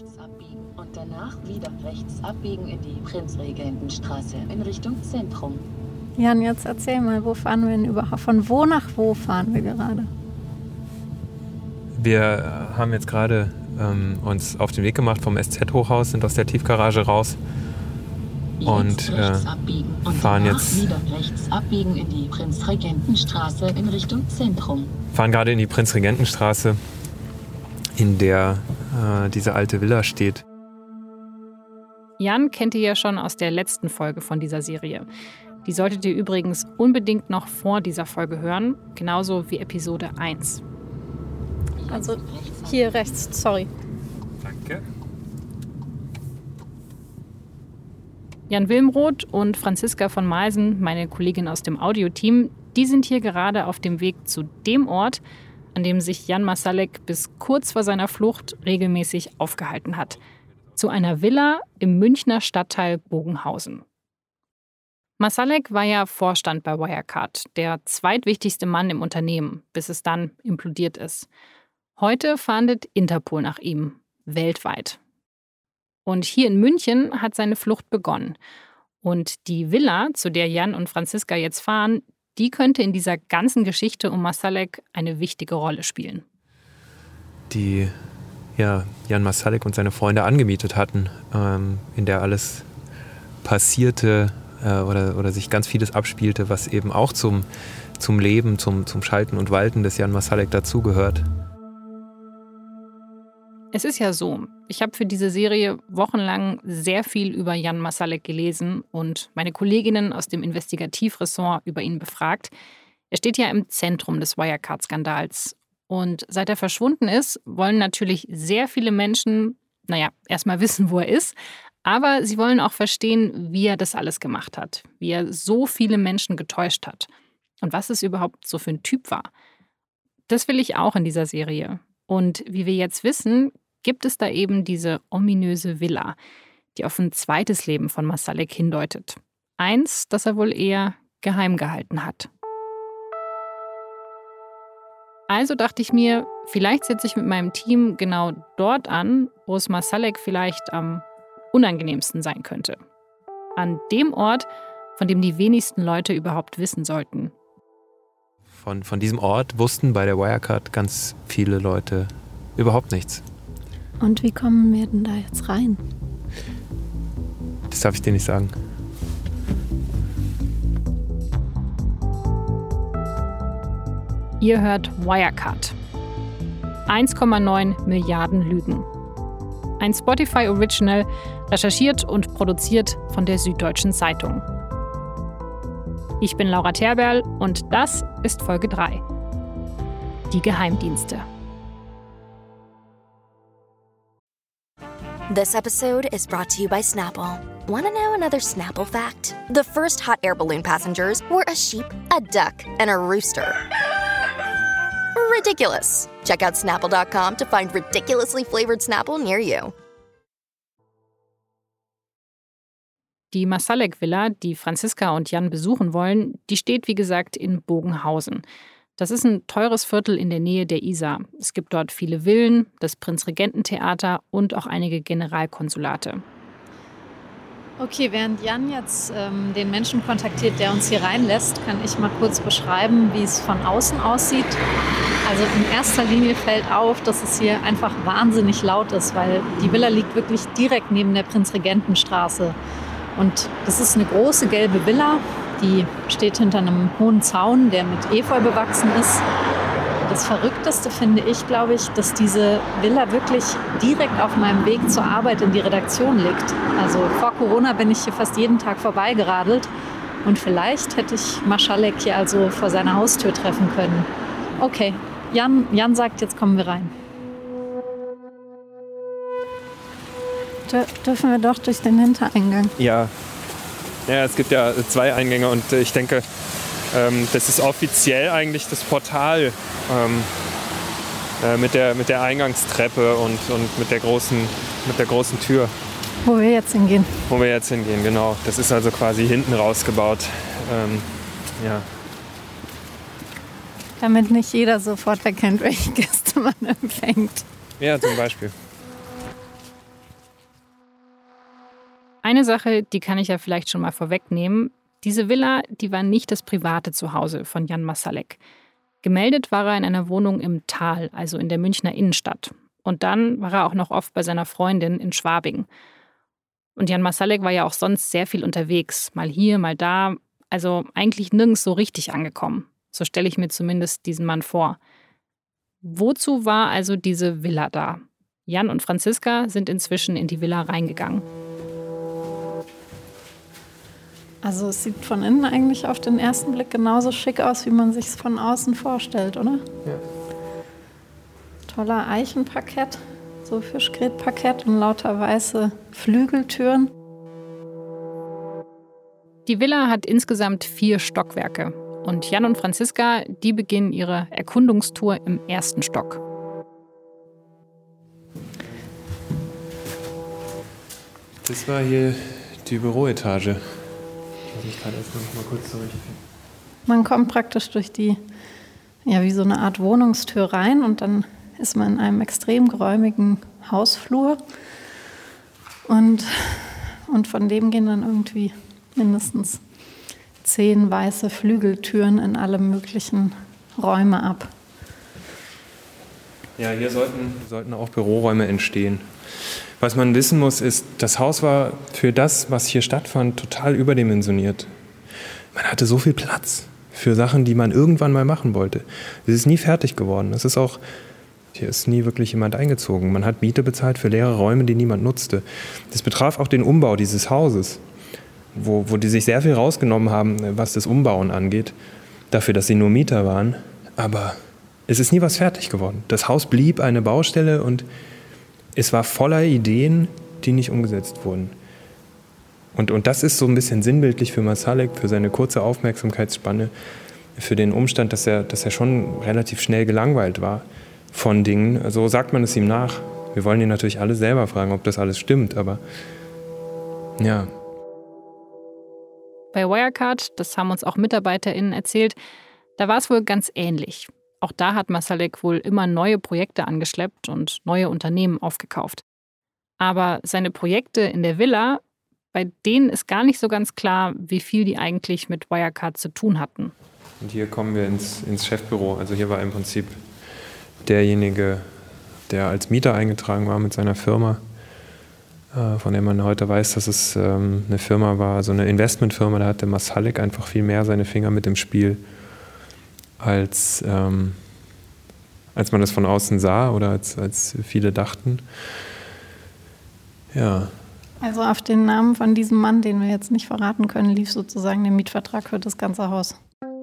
rechts abbiegen und danach wieder rechts abbiegen in die Prinzregentenstraße in Richtung Zentrum. Jan, jetzt erzähl mal, wo fahren wir denn überhaupt? Von wo nach wo fahren wir gerade? Wir haben jetzt gerade uns auf den Weg gemacht vom SZ-Hochhaus, sind aus der Tiefgarage raus und fahren jetzt wieder rechts abbiegen in die Prinzregentenstraße in Richtung Zentrum. Fahren gerade in die Prinzregentenstraße, in der diese alte Villa steht. Jan kennt ihr ja schon aus der letzten Folge von dieser Serie. Die solltet ihr übrigens unbedingt noch vor dieser Folge hören, genauso wie Episode 1. Also hier rechts, sorry. Danke. Jan Wilmroth und Franziska von Malsen, meine Kollegin aus dem Audioteam, die sind hier gerade auf dem Weg zu dem Ort, an dem sich Jan Marsalek bis kurz vor seiner Flucht regelmäßig aufgehalten hat. Zu einer Villa im Münchner Stadtteil Bogenhausen. Marsalek war ja Vorstand bei Wirecard, der zweitwichtigste Mann im Unternehmen, bis es dann implodiert ist. Heute fahndet Interpol nach ihm, weltweit. Und hier in München hat seine Flucht begonnen. Und die Villa, zu der Jan und Franziska jetzt fahren, die könnte in dieser ganzen Geschichte um Marsalek eine wichtige Rolle spielen. Die Jan Marsalek und seine Freunde angemietet hatten, in der alles passierte oder sich ganz vieles abspielte, was eben auch zum Leben, zum Schalten und Walten des Jan Marsalek dazugehört. Es ist ja so, ich habe für diese Serie wochenlang sehr viel über Jan Marsalek gelesen und meine Kolleginnen aus dem Investigativressort über ihn befragt. Er steht ja im Zentrum des Wirecard-Skandals. Und seit er verschwunden ist, wollen natürlich sehr viele Menschen, erstmal wissen, wo er ist, aber sie wollen auch verstehen, wie er das alles gemacht hat, wie er so viele Menschen getäuscht hat und was es überhaupt so für ein Typ war. Das will ich auch in dieser Serie. Und wie wir jetzt wissen, gibt es da eben diese ominöse Villa, die auf ein zweites Leben von Marsalek hindeutet. Eins, das er wohl eher geheim gehalten hat. Also dachte ich mir, vielleicht setze ich mit meinem Team genau dort an, wo es Marsalek vielleicht am unangenehmsten sein könnte. An dem Ort, von dem die wenigsten Leute überhaupt wissen sollten. Von diesem Ort wussten bei der Wirecard ganz viele Leute überhaupt nichts. Und wie kommen wir denn da jetzt rein? Das darf ich dir nicht sagen. Ihr hört Wirecard. 1,9 Milliarden Lügen. Ein Spotify-Original, recherchiert und produziert von der Süddeutschen Zeitung. Ich bin Laura Terberl und das ist Folge 3. Die Geheimdienste. This episode is brought to you by Snapple. Want to know another Snapple fact? The first hot air balloon passengers were a sheep, a duck, and a rooster. Ridiculous. Check out Snapple.com to find ridiculously flavored Snapple near you. Die Marsalek-Villa, die Franziska und Jan besuchen wollen, die steht, wie gesagt, in Bogenhausen. Das ist ein teures Viertel in der Nähe der Isar. Es gibt dort viele Villen, das Prinzregententheater und auch einige Generalkonsulate. Okay, während Jan jetzt den Menschen kontaktiert, der uns hier reinlässt, kann ich mal kurz beschreiben, wie es von außen aussieht. Also in erster Linie fällt auf, dass es hier einfach wahnsinnig laut ist, weil die Villa liegt wirklich direkt neben der Prinzregentenstraße. Und das ist eine große gelbe Villa, die steht hinter einem hohen Zaun, der mit Efeu bewachsen ist. Das Verrückteste finde ich, glaube ich, dass diese Villa wirklich direkt auf meinem Weg zur Arbeit in die Redaktion liegt. Also vor Corona bin ich hier fast jeden Tag vorbeigeradelt und vielleicht hätte ich Marsalek hier also vor seiner Haustür treffen können. Okay, Jan sagt, jetzt kommen wir rein. Dürfen wir doch durch den Hintereingang? Ja, es gibt ja 2 Eingänge und ich denke, das ist offiziell eigentlich das Portal mit der Eingangstreppe und mit der großen Tür. Wo wir jetzt hingehen. Genau. Das ist also quasi hinten rausgebaut. Ja. Damit nicht jeder sofort erkennt, welche Gäste man empfängt. Ja, zum Beispiel. Eine Sache, die kann ich ja vielleicht schon mal vorwegnehmen. Diese Villa, die war nicht das private Zuhause von Jan Marsalek. Gemeldet war er in einer Wohnung im Tal, also in der Münchner Innenstadt. Und dann war er auch noch oft bei seiner Freundin in Schwabing. Und Jan Marsalek war ja auch sonst sehr viel unterwegs, mal hier, mal da, also eigentlich nirgends so richtig angekommen. So stelle ich mir zumindest diesen Mann vor. Wozu war also diese Villa da? Jan und Franziska sind inzwischen in die Villa reingegangen. Also es sieht von innen eigentlich auf den ersten Blick genauso schick aus, wie man sich es von außen vorstellt, oder? Ja. Toller Eichenparkett, so Fischgrätparkett und lauter weiße Flügeltüren. Die Villa hat insgesamt 4 Stockwerke. Und Jan und Franziska, die beginnen ihre Erkundungstour im 1. Stock. Das war hier die Büroetage. Ich kann jetzt noch mal kurz zurechtfinden. Man kommt praktisch durch die, ja, wie so eine Art Wohnungstür rein und dann ist man in einem extrem geräumigen Hausflur. Und von dem gehen dann irgendwie mindestens 10 weiße Flügeltüren in alle möglichen Räume ab. Ja, hier sollten auch Büroräume entstehen. Was man wissen muss, ist, das Haus war für das, was hier stattfand, total überdimensioniert. Man hatte so viel Platz für Sachen, die man irgendwann mal machen wollte. Es ist nie fertig geworden. Hier ist nie wirklich jemand eingezogen. Man hat Miete bezahlt für leere Räume, die niemand nutzte. Das betraf auch den Umbau dieses Hauses, wo die sich sehr viel rausgenommen haben, was das Umbauen angeht, dafür, dass sie nur Mieter waren. Aber es ist nie was fertig geworden. Das Haus blieb eine Baustelle und es war voller Ideen, die nicht umgesetzt wurden. Und das ist so ein bisschen sinnbildlich für Marsalek, für seine kurze Aufmerksamkeitsspanne, für den Umstand, dass er schon relativ schnell gelangweilt war von Dingen. So sagt man es ihm nach. Wir wollen ihn natürlich alle selber fragen, ob das alles stimmt, aber ja. Bei Wirecard, das haben uns auch MitarbeiterInnen erzählt, da war es wohl ganz ähnlich. Auch da hat Marsalek wohl immer neue Projekte angeschleppt und neue Unternehmen aufgekauft. Aber seine Projekte in der Villa, bei denen ist gar nicht so ganz klar, wie viel die eigentlich mit Wirecard zu tun hatten. Und hier kommen wir ins Chefbüro. Also hier war im Prinzip derjenige, der als Mieter eingetragen war mit seiner Firma, von der man heute weiß, dass es eine Firma war, so eine Investmentfirma. Da hatte Marsalek einfach viel mehr seine Finger mit im Spiel, als man das von außen sah oder als viele dachten. Ja. Also auf den Namen von diesem Mann, den wir jetzt nicht verraten können, lief sozusagen der Mietvertrag für das ganze Haus.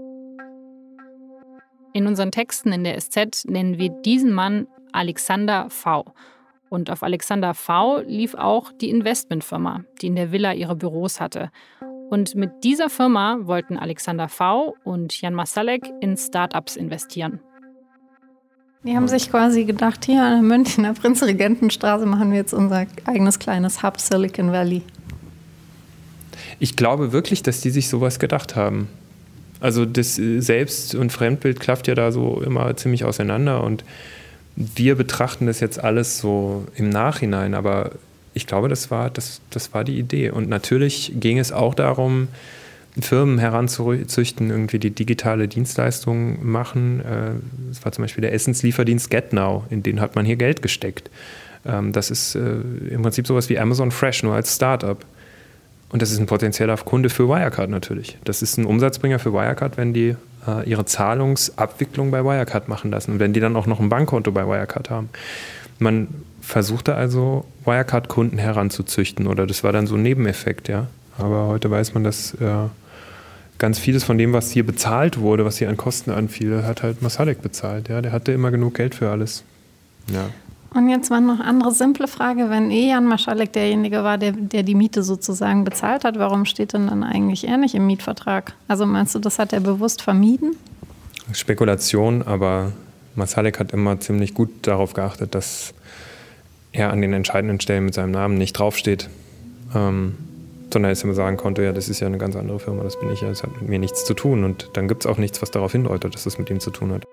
In unseren Texten in der SZ nennen wir diesen Mann Alexander V. Und auf Alexander V. lief auch die Investmentfirma, die in der Villa ihre Büros hatte. Und mit dieser Firma wollten Alexander V. und Jan Marsalek in Startups investieren. Die haben sich quasi gedacht, hier in München, in der Prinzregentenstraße, machen wir jetzt unser eigenes kleines Hub Silicon Valley. Ich glaube wirklich, dass die sich sowas gedacht haben. Also das Selbst- und Fremdbild klafft ja da so immer ziemlich auseinander und wir betrachten das jetzt alles so im Nachhinein, aber ich glaube, das war die Idee. Und natürlich ging es auch darum, Firmen heranzuzüchten, irgendwie die digitale Dienstleistungen machen. Das war zum Beispiel der Essenslieferdienst GetNow, in den hat man hier Geld gesteckt. Das ist im Prinzip sowas wie Amazon Fresh, nur als Startup. Und das ist ein potenzieller Kunde für Wirecard natürlich. Das ist ein Umsatzbringer für Wirecard, wenn die ihre Zahlungsabwicklung bei Wirecard machen lassen und wenn die dann auch noch ein Bankkonto bei Wirecard haben. Man versuchte also, Wirecard-Kunden heranzuzüchten oder das war dann so ein Nebeneffekt, ja. Aber heute weiß man, dass ganz vieles von dem, was hier bezahlt wurde, was hier an Kosten anfiel, hat halt Marsalek bezahlt. Ja? Der hatte immer genug Geld für alles. Ja. Und jetzt war noch eine andere simple Frage, wenn Jan Marsalek derjenige war, der die Miete sozusagen bezahlt hat, warum steht denn dann eigentlich er nicht im Mietvertrag? Also meinst du, das hat er bewusst vermieden? Spekulation, aber Marsalek hat immer ziemlich gut darauf geachtet, dass er an den entscheidenden Stellen mit seinem Namen nicht draufsteht. Sondern er immer sagen konnte, ja, das ist ja eine ganz andere Firma, das bin ich ja, das hat mit mir nichts zu tun. Und dann gibt es auch nichts, was darauf hindeutet, dass es mit ihm zu tun hat.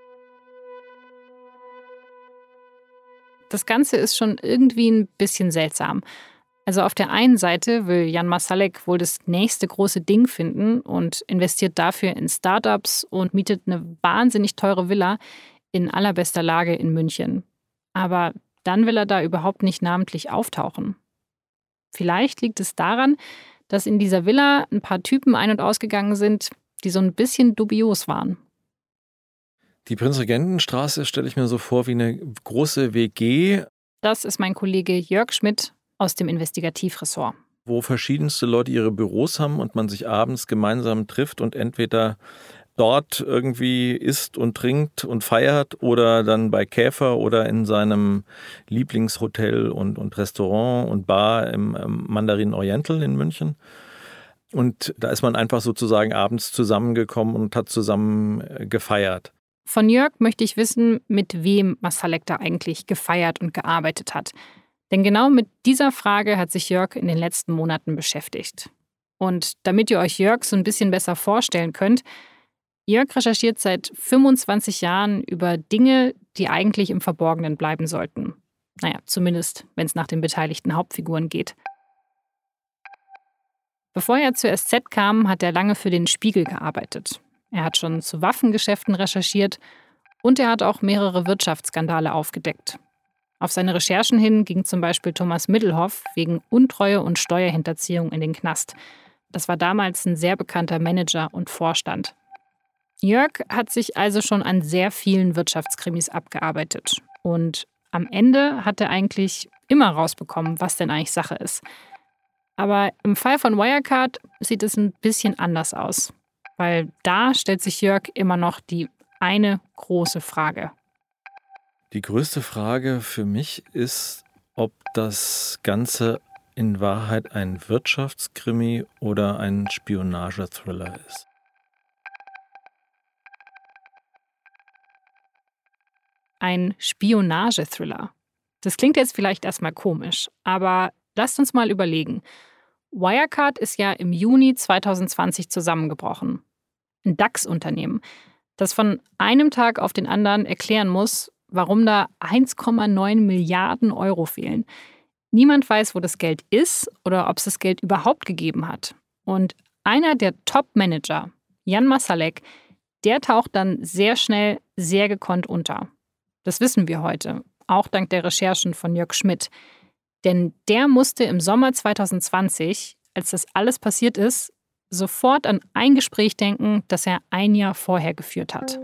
Das Ganze ist schon irgendwie ein bisschen seltsam. Also auf der einen Seite will Jan Marsalek wohl das nächste große Ding finden und investiert dafür in Startups und mietet eine wahnsinnig teure Villa in allerbester Lage in München. Aber dann will er da überhaupt nicht namentlich auftauchen. Vielleicht liegt es daran, dass in dieser Villa ein paar Typen ein- und ausgegangen sind, die so ein bisschen dubios waren. Die Prinzregentenstraße stelle ich mir so vor wie eine große WG, Das ist mein Kollege Jörg Schmidt aus dem Investigativressort. wo verschiedenste Leute ihre Büros haben und man sich abends gemeinsam trifft und entweder dort irgendwie isst und trinkt und feiert oder dann bei Käfer oder in seinem Lieblingshotel und Restaurant und Bar im Mandarin Oriental in München. Und da ist man einfach sozusagen abends zusammengekommen und hat zusammen gefeiert. Von Jörg möchte ich wissen, mit wem Marsalek da eigentlich gefeiert und gearbeitet hat. Denn genau mit dieser Frage hat sich Jörg in den letzten Monaten beschäftigt. Und damit ihr euch Jörg so ein bisschen besser vorstellen könnt, Jörg recherchiert seit 25 Jahren über Dinge, die eigentlich im Verborgenen bleiben sollten. Naja, zumindest, wenn es nach den beteiligten Hauptfiguren geht. Bevor er zur SZ kam, hat er lange für den Spiegel gearbeitet. Er hat schon zu Waffengeschäften recherchiert und er hat auch mehrere Wirtschaftsskandale aufgedeckt. Auf seine Recherchen hin ging zum Beispiel Thomas Middelhoff wegen Untreue und Steuerhinterziehung in den Knast. Das war damals ein sehr bekannter Manager und Vorstand. Jörg hat sich also schon an sehr vielen Wirtschaftskrimis abgearbeitet. Und am Ende hat er eigentlich immer rausbekommen, was denn eigentlich Sache ist. Aber im Fall von Wirecard sieht es ein bisschen anders aus. Weil da stellt sich Jörg immer noch die eine große Frage. Die größte Frage für mich ist, ob das Ganze in Wahrheit ein Wirtschaftskrimi oder ein Spionagethriller ist. Ein Spionagethriller. Das klingt jetzt vielleicht erstmal komisch, aber lasst uns mal überlegen. Wirecard ist ja im Juni 2020 zusammengebrochen. Ein DAX-Unternehmen, das von einem Tag auf den anderen erklären muss, warum da 1,9 Milliarden Euro fehlen. Niemand weiß, wo das Geld ist oder ob es das Geld überhaupt gegeben hat. Und einer der Top-Manager, Jan Marsalek, der taucht dann sehr schnell, sehr gekonnt unter. Das wissen wir heute, auch dank der Recherchen von Jörg Schmidt. Denn der musste im Sommer 2020, als das alles passiert ist, sofort an ein Gespräch denken, das er ein Jahr vorher geführt hat.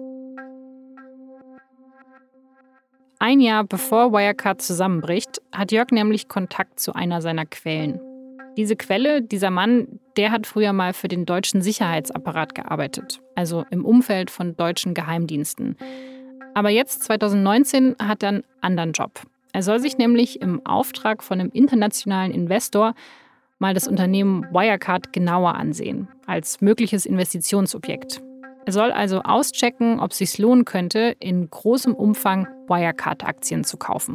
Ein Jahr bevor Wirecard zusammenbricht, hat Jörg nämlich Kontakt zu einer seiner Quellen. Diese Quelle, dieser Mann, der hat früher mal für den deutschen Sicherheitsapparat gearbeitet, also im Umfeld von deutschen Geheimdiensten. Aber jetzt, 2019, hat er einen anderen Job. Er soll sich nämlich im Auftrag von einem internationalen Investor mal das Unternehmen Wirecard genauer ansehen, als mögliches Investitionsobjekt. Er soll also auschecken, ob es sich lohnen könnte, in großem Umfang Wirecard-Aktien zu kaufen.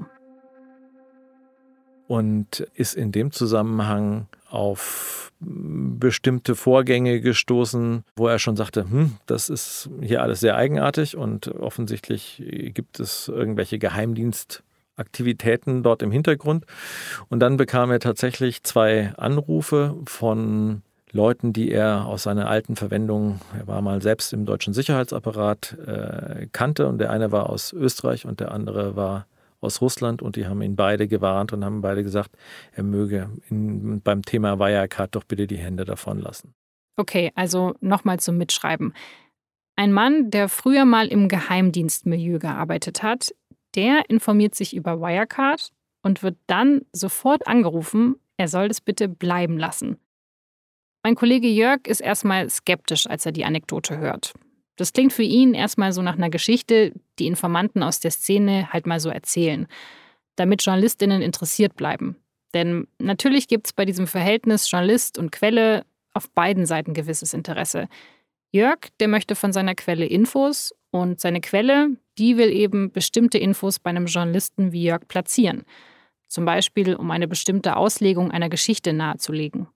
Und ist in dem Zusammenhang auf bestimmte Vorgänge gestoßen, wo er schon sagte, das ist hier alles sehr eigenartig und offensichtlich gibt es irgendwelche Geheimdienstaktivitäten dort im Hintergrund. Und dann bekam er tatsächlich 2 Anrufe von Leuten, die er aus seiner alten Verwendung, er war mal selbst im deutschen Sicherheitsapparat, kannte. Und der eine war aus Österreich und der andere war aus Russland. Und die haben ihn beide gewarnt und haben beide gesagt, er möge beim Thema Wirecard doch bitte die Hände davon lassen. Okay, also nochmal zum Mitschreiben. Ein Mann, der früher mal im Geheimdienstmilieu gearbeitet hat, der informiert sich über Wirecard und wird dann sofort angerufen, er soll das bitte bleiben lassen. Mein Kollege Jörg ist erstmal skeptisch, als er die Anekdote hört. Das klingt für ihn erstmal so nach einer Geschichte, die Informanten aus der Szene halt mal so erzählen, damit JournalistInnen interessiert bleiben. Denn natürlich gibt es bei diesem Verhältnis Journalist und Quelle auf beiden Seiten gewisses Interesse. Jörg, der möchte von seiner Quelle Infos und seine Quelle, die will eben bestimmte Infos bei einem Journalisten wie Jörg platzieren. Zum Beispiel, um eine bestimmte Auslegung einer Geschichte nahezulegen.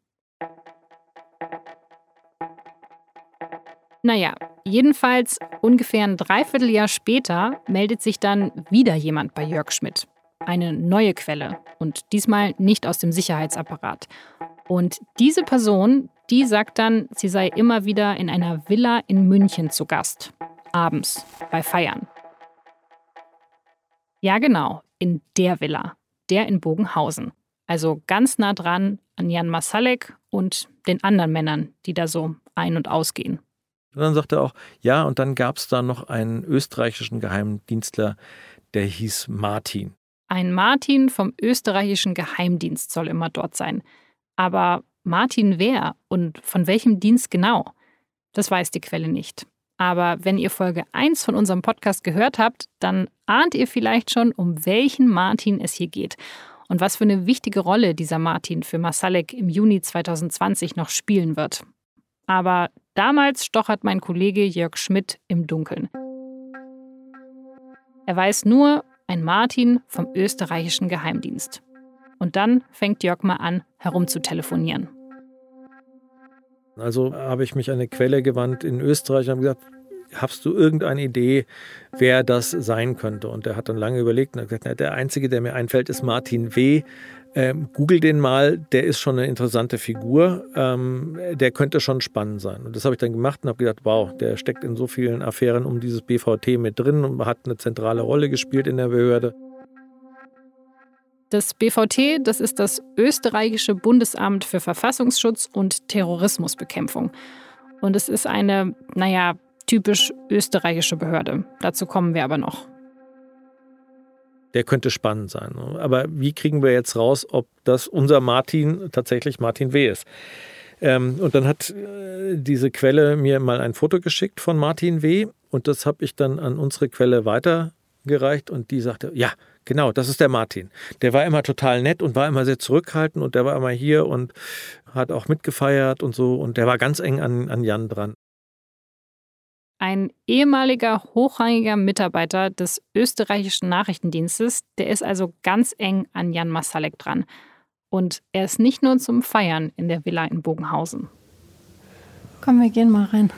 Naja, jedenfalls ungefähr ein Dreivierteljahr später meldet sich dann wieder jemand bei Jörg Schmidt. eine neue Quelle und diesmal nicht aus dem Sicherheitsapparat. Und diese Person, die sagt dann, sie sei immer wieder in einer Villa in München zu Gast. Abends, bei Feiern. Ja genau, in der Villa, der in Bogenhausen. Also ganz nah dran an Jan Marsalek und den anderen Männern, die da so ein- und ausgehen. Und dann sagt er auch, ja, und dann gab es da noch einen österreichischen Geheimdienstler, der hieß Martin. Ein Martin vom österreichischen Geheimdienst soll immer dort sein. Aber Martin wer und von welchem Dienst genau? Das weiß die Quelle nicht. Aber wenn ihr Folge 1 von unserem Podcast gehört habt, dann ahnt ihr vielleicht schon, um welchen Martin es hier geht und was für eine wichtige Rolle dieser Martin für Marsalek im Juni 2020 noch spielen wird. Aber damals stochert mein Kollege Jörg Schmidt im Dunkeln. Er weiß nur, ein Martin vom österreichischen Geheimdienst. Und dann fängt Jörg mal an, herumzutelefonieren. Also habe ich mich an eine Quelle gewandt in Österreich und habe gesagt, hast du irgendeine Idee, wer das sein könnte? Und er hat dann lange überlegt und hat gesagt, der Einzige, der mir einfällt, ist Martin W. Google den mal, der ist schon eine interessante Figur, der könnte schon spannend sein. Und das habe ich dann gemacht und habe gedacht, wow, der steckt in so vielen Affären um dieses BVT mit drin und hat eine zentrale Rolle gespielt in der Behörde. Das BVT, das ist das österreichische Bundesamt für Verfassungsschutz und Terrorismusbekämpfung. Und es ist eine, typisch österreichische Behörde. Dazu kommen wir aber noch. Der könnte spannend sein. Aber wie kriegen wir jetzt raus, ob das unser Martin tatsächlich Martin W. ist? Und dann hat diese Quelle mir mal ein Foto geschickt von Martin W. Und das habe ich dann an unsere Quelle weitergereicht. Und die sagte, ja, genau, das ist der Martin. Der war immer total nett und war immer sehr zurückhaltend. Und der war immer hier und hat auch mitgefeiert und so. Und der war ganz eng an Jan dran. Ein ehemaliger hochrangiger Mitarbeiter des österreichischen Nachrichtendienstes, der ist also ganz eng an Jan Marsalek dran. Und er ist nicht nur zum Feiern in der Villa in Bogenhausen. Komm, wir gehen mal rein.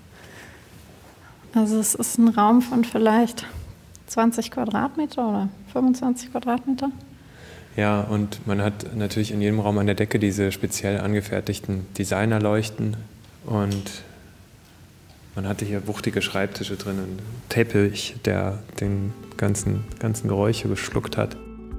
Also es ist ein Raum von vielleicht 20 Quadratmeter oder 25 Quadratmeter. Ja, und man hat natürlich in jedem Raum an der Decke diese speziell angefertigten Designerleuchten und man hatte hier wuchtige Schreibtische drin, einen Teppich, der den ganzen Geräusche geschluckt hat.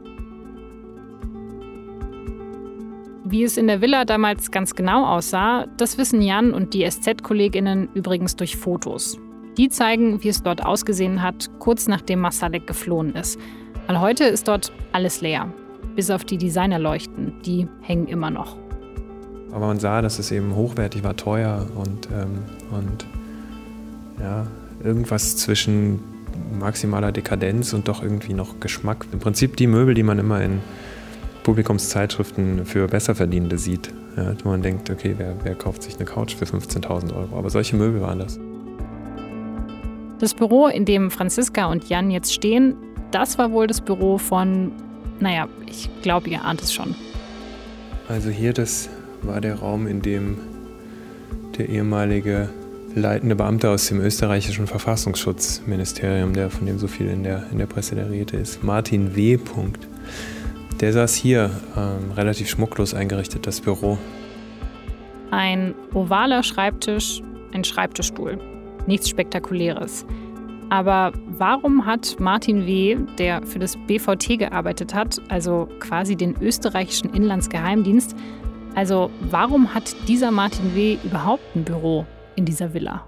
Wie es in der Villa damals ganz genau aussah, das wissen Jan und die SZ-KollegInnen übrigens durch Fotos. Die zeigen, wie es dort ausgesehen hat, kurz nachdem Marsalek geflohen ist. Weil heute ist dort alles leer. Bis auf die Designerleuchten, die hängen immer noch. Aber man sah, dass es eben hochwertig war, teuer und ja, irgendwas zwischen maximaler Dekadenz und doch irgendwie noch Geschmack. Im Prinzip die Möbel, die man immer in Publikumszeitschriften für Besserverdienende sieht. Ja, wo man denkt, okay, wer kauft sich eine Couch für 15.000 €? Aber solche Möbel waren das. Das Büro, in dem Franziska und Jan jetzt stehen, das war wohl das Büro von, ich glaube, ihr ahnt es schon. Also hier, das war der Raum, in dem der ehemalige leitende Beamte aus dem österreichischen Verfassungsschutzministerium, von dem so viel in der Presse der Rede ist, Martin W. Der saß hier, relativ schmucklos eingerichtet, das Büro. Ein ovaler Schreibtisch, ein Schreibtischstuhl. Nichts Spektakuläres. Aber warum hat Martin W., der für das BVT gearbeitet hat, also quasi den österreichischen Inlandsgeheimdienst, warum hat dieser Martin W. überhaupt ein Büro in dieser Villa?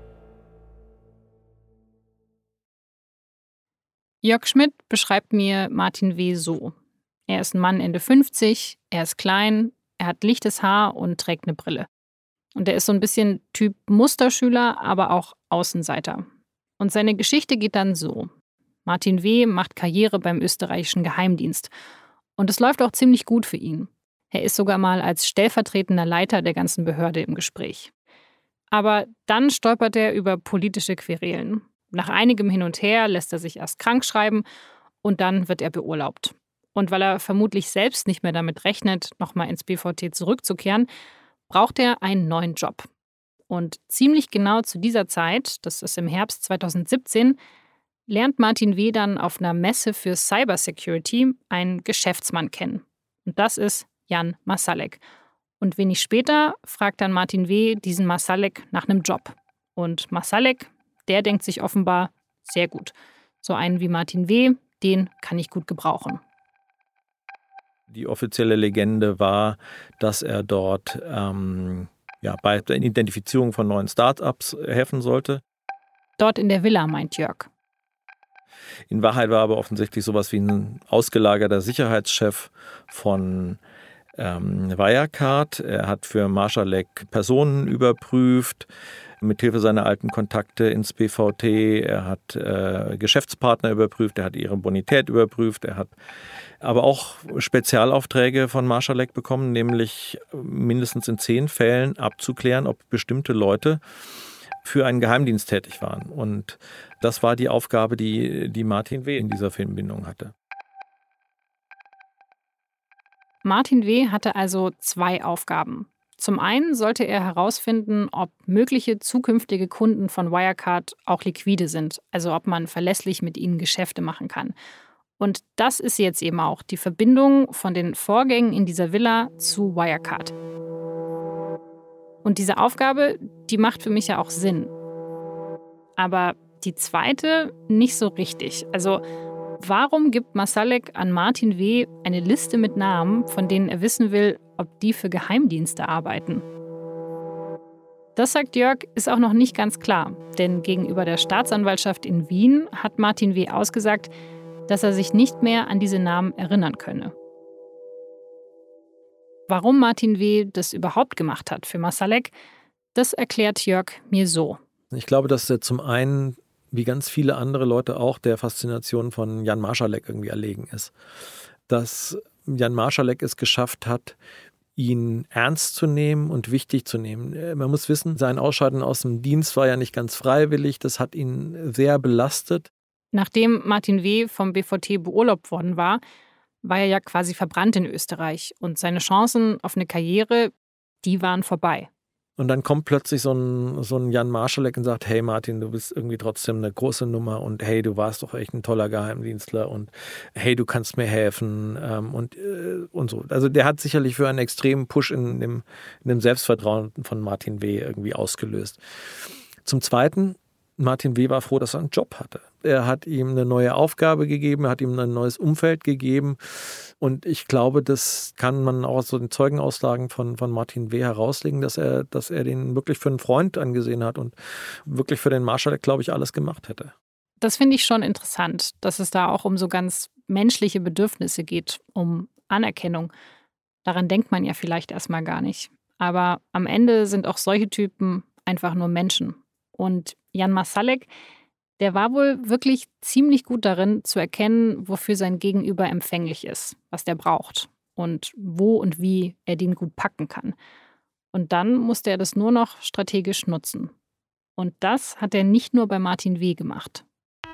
Jörg Schmidt beschreibt mir Martin W. so. Er ist ein Mann Ende 50, er ist klein, er hat lichtes Haar und trägt eine Brille. Und er ist so ein bisschen Typ Musterschüler, aber auch Außenseiter. Und seine Geschichte geht dann so. Martin W. macht Karriere beim österreichischen Geheimdienst. Und es läuft auch ziemlich gut für ihn. Er ist sogar mal als stellvertretender Leiter der ganzen Behörde im Gespräch. Aber dann stolpert er über politische Querelen. Nach einigem Hin und Her lässt er sich erst krank schreiben und dann wird er beurlaubt. Und weil er vermutlich selbst nicht mehr damit rechnet, nochmal ins BVT zurückzukehren, braucht er einen neuen Job. Und ziemlich genau zu dieser Zeit, das ist im Herbst 2017, lernt Martin W. dann auf einer Messe für Cybersecurity einen Geschäftsmann kennen. Und das ist Jan Marsalek. Und wenig später fragt dann Martin W. diesen Marsalek nach einem Job. Und Marsalek, der denkt sich offenbar, sehr gut. So einen wie Martin W., den kann ich gut gebrauchen. Die offizielle Legende war, dass er dort bei der Identifizierung von neuen Start-ups helfen sollte. Dort in der Villa, meint Jörg. In Wahrheit war aber offensichtlich sowas wie ein ausgelagerter Sicherheitschef von Wirecard. Er hat für Marsalek Personen überprüft, mithilfe seiner alten Kontakte ins BVT. Er hat Geschäftspartner überprüft, er hat ihre Bonität überprüft, er hat aber auch Spezialaufträge von Marsalek bekommen, nämlich mindestens in 10 Fällen abzuklären, ob bestimmte Leute für einen Geheimdienst tätig waren. Und das war die Aufgabe, die Martin W. in dieser Filmbindung hatte. Martin W. hatte also 2 Aufgaben. Zum einen sollte er herausfinden, ob mögliche zukünftige Kunden von Wirecard auch liquide sind, also ob man verlässlich mit ihnen Geschäfte machen kann. Und das ist jetzt eben auch die Verbindung von den Vorgängen in dieser Villa zu Wirecard. Und diese Aufgabe, die macht für mich ja auch Sinn. Aber die zweite nicht so richtig. Also warum gibt Marsalek an Martin W. eine Liste mit Namen, von denen er wissen will, ob die für Geheimdienste arbeiten? Das, sagt Jörg, ist auch noch nicht ganz klar. Denn gegenüber der Staatsanwaltschaft in Wien hat Martin W. ausgesagt, dass er sich nicht mehr an diese Namen erinnern könne. Warum Martin W. das überhaupt gemacht hat für Marsalek, das erklärt Jörg mir so. Ich glaube, dass er zum einen, wie ganz viele andere Leute auch, der Faszination von Jan Marsalek irgendwie erlegen ist. Dass Jan Marsalek es geschafft hat, ihn ernst zu nehmen und wichtig zu nehmen. Man muss wissen, sein Ausscheiden aus dem Dienst war ja nicht ganz freiwillig. Das hat ihn sehr belastet. Nachdem Martin W. vom BVT beurlaubt worden war er ja quasi verbrannt in Österreich. Und seine Chancen auf eine Karriere, die waren vorbei. Und dann kommt plötzlich so ein Jan Marsalek und sagt, hey Martin, du bist irgendwie trotzdem eine große Nummer und hey, du warst doch echt ein toller Geheimdienstler und hey, du kannst mir helfen und so. Also der hat sicherlich für einen extremen Push in dem Selbstvertrauen von Martin W. irgendwie ausgelöst. Zum Zweiten, Martin W. war froh, dass er einen Job hatte. Er hat ihm eine neue Aufgabe gegeben, er hat ihm ein neues Umfeld gegeben. Und ich glaube, das kann man auch aus so den Zeugenaussagen von Martin W. herauslegen, dass er den wirklich für einen Freund angesehen hat und wirklich für den Marsalek, glaube ich, alles gemacht hätte. Das finde ich schon interessant, dass es da auch um so ganz menschliche Bedürfnisse geht, um Anerkennung. Daran denkt man ja vielleicht erstmal gar nicht. Aber am Ende sind auch solche Typen einfach nur Menschen. Und Jan Marsalek, der war wohl wirklich ziemlich gut darin, zu erkennen, wofür sein Gegenüber empfänglich ist, was der braucht und wo und wie er den gut packen kann. Und dann musste er das nur noch strategisch nutzen. Und das hat er nicht nur bei Martin W. gemacht.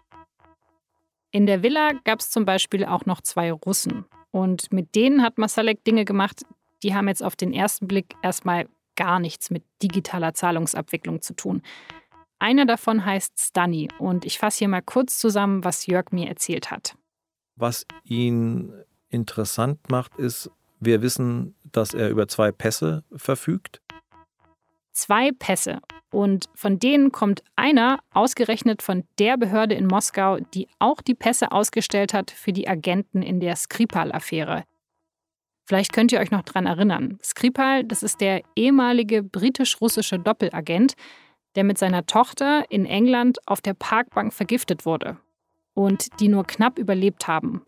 In der Villa gab es zum Beispiel auch noch 2 Russen. Und mit denen hat Marsalek Dinge gemacht, die haben jetzt auf den ersten Blick erstmal gar nichts mit digitaler Zahlungsabwicklung zu tun. Einer davon heißt Stani und ich fasse hier mal kurz zusammen, was Jörg mir erzählt hat. Was ihn interessant macht, ist, wir wissen, dass er über 2 Pässe verfügt. 2 Pässe und von denen kommt einer ausgerechnet von der Behörde in Moskau, die auch die Pässe ausgestellt hat für die Agenten in der Skripal-Affäre. Vielleicht könnt ihr euch noch dran erinnern. Skripal, das ist der ehemalige britisch-russische Doppelagent, der mit seiner Tochter in England auf der Parkbank vergiftet wurde und die nur knapp überlebt haben.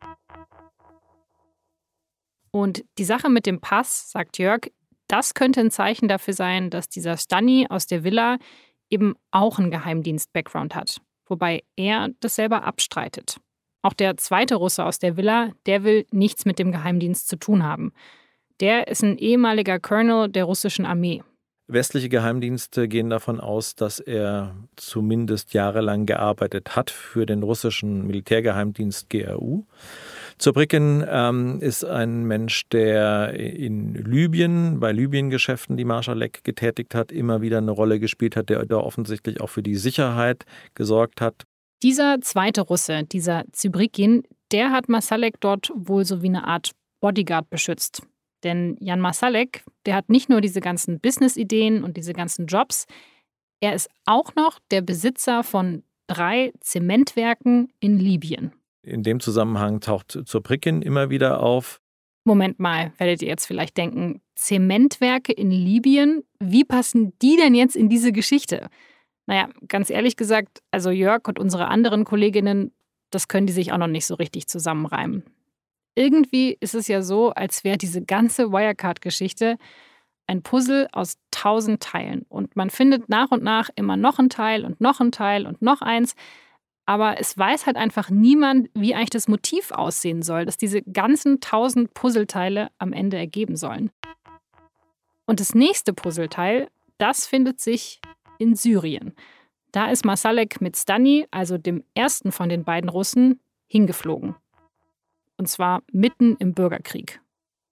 Und die Sache mit dem Pass, sagt Jörg, das könnte ein Zeichen dafür sein, dass dieser Stani aus der Villa eben auch einen Geheimdienst-Background hat, wobei er das selber abstreitet. Auch der zweite Russe aus der Villa, der will nichts mit dem Geheimdienst zu tun haben. Der ist ein ehemaliger Colonel der russischen Armee. Westliche Geheimdienste gehen davon aus, dass er zumindest jahrelang gearbeitet hat für den russischen Militärgeheimdienst GRU. Zurbriggen ist ein Mensch, der in Libyen, bei Libyen-Geschäften, die Marsalek getätigt hat, immer wieder eine Rolle gespielt hat, der da offensichtlich auch für die Sicherheit gesorgt hat. Dieser zweite Russe, dieser Zybrikin, der hat Masalek dort wohl so wie eine Art Bodyguard beschützt. Denn Jan Masalek, der hat nicht nur diese ganzen Business-Ideen und diese ganzen Jobs, er ist auch noch der Besitzer von 3 Zementwerken in Libyen. In dem Zusammenhang taucht Zybrikin immer wieder auf. Moment mal, werdet ihr jetzt vielleicht denken, Zementwerke in Libyen, wie passen die denn jetzt in diese Geschichte? Naja, ganz ehrlich gesagt, also Jörg und unsere anderen Kolleginnen, das können die sich auch noch nicht so richtig zusammenreimen. Irgendwie ist es ja so, als wäre diese ganze Wirecard-Geschichte ein Puzzle aus 1000 Teilen. Und man findet nach und nach immer noch ein Teil und noch ein Teil und noch eins. Aber es weiß halt einfach niemand, wie eigentlich das Motiv aussehen soll, das diese ganzen 1000 Puzzleteile am Ende ergeben sollen. Und das nächste Puzzleteil, das findet sich in Syrien. Da ist Masalek mit Stani, also dem ersten von den beiden Russen, hingeflogen. Und zwar mitten im Bürgerkrieg.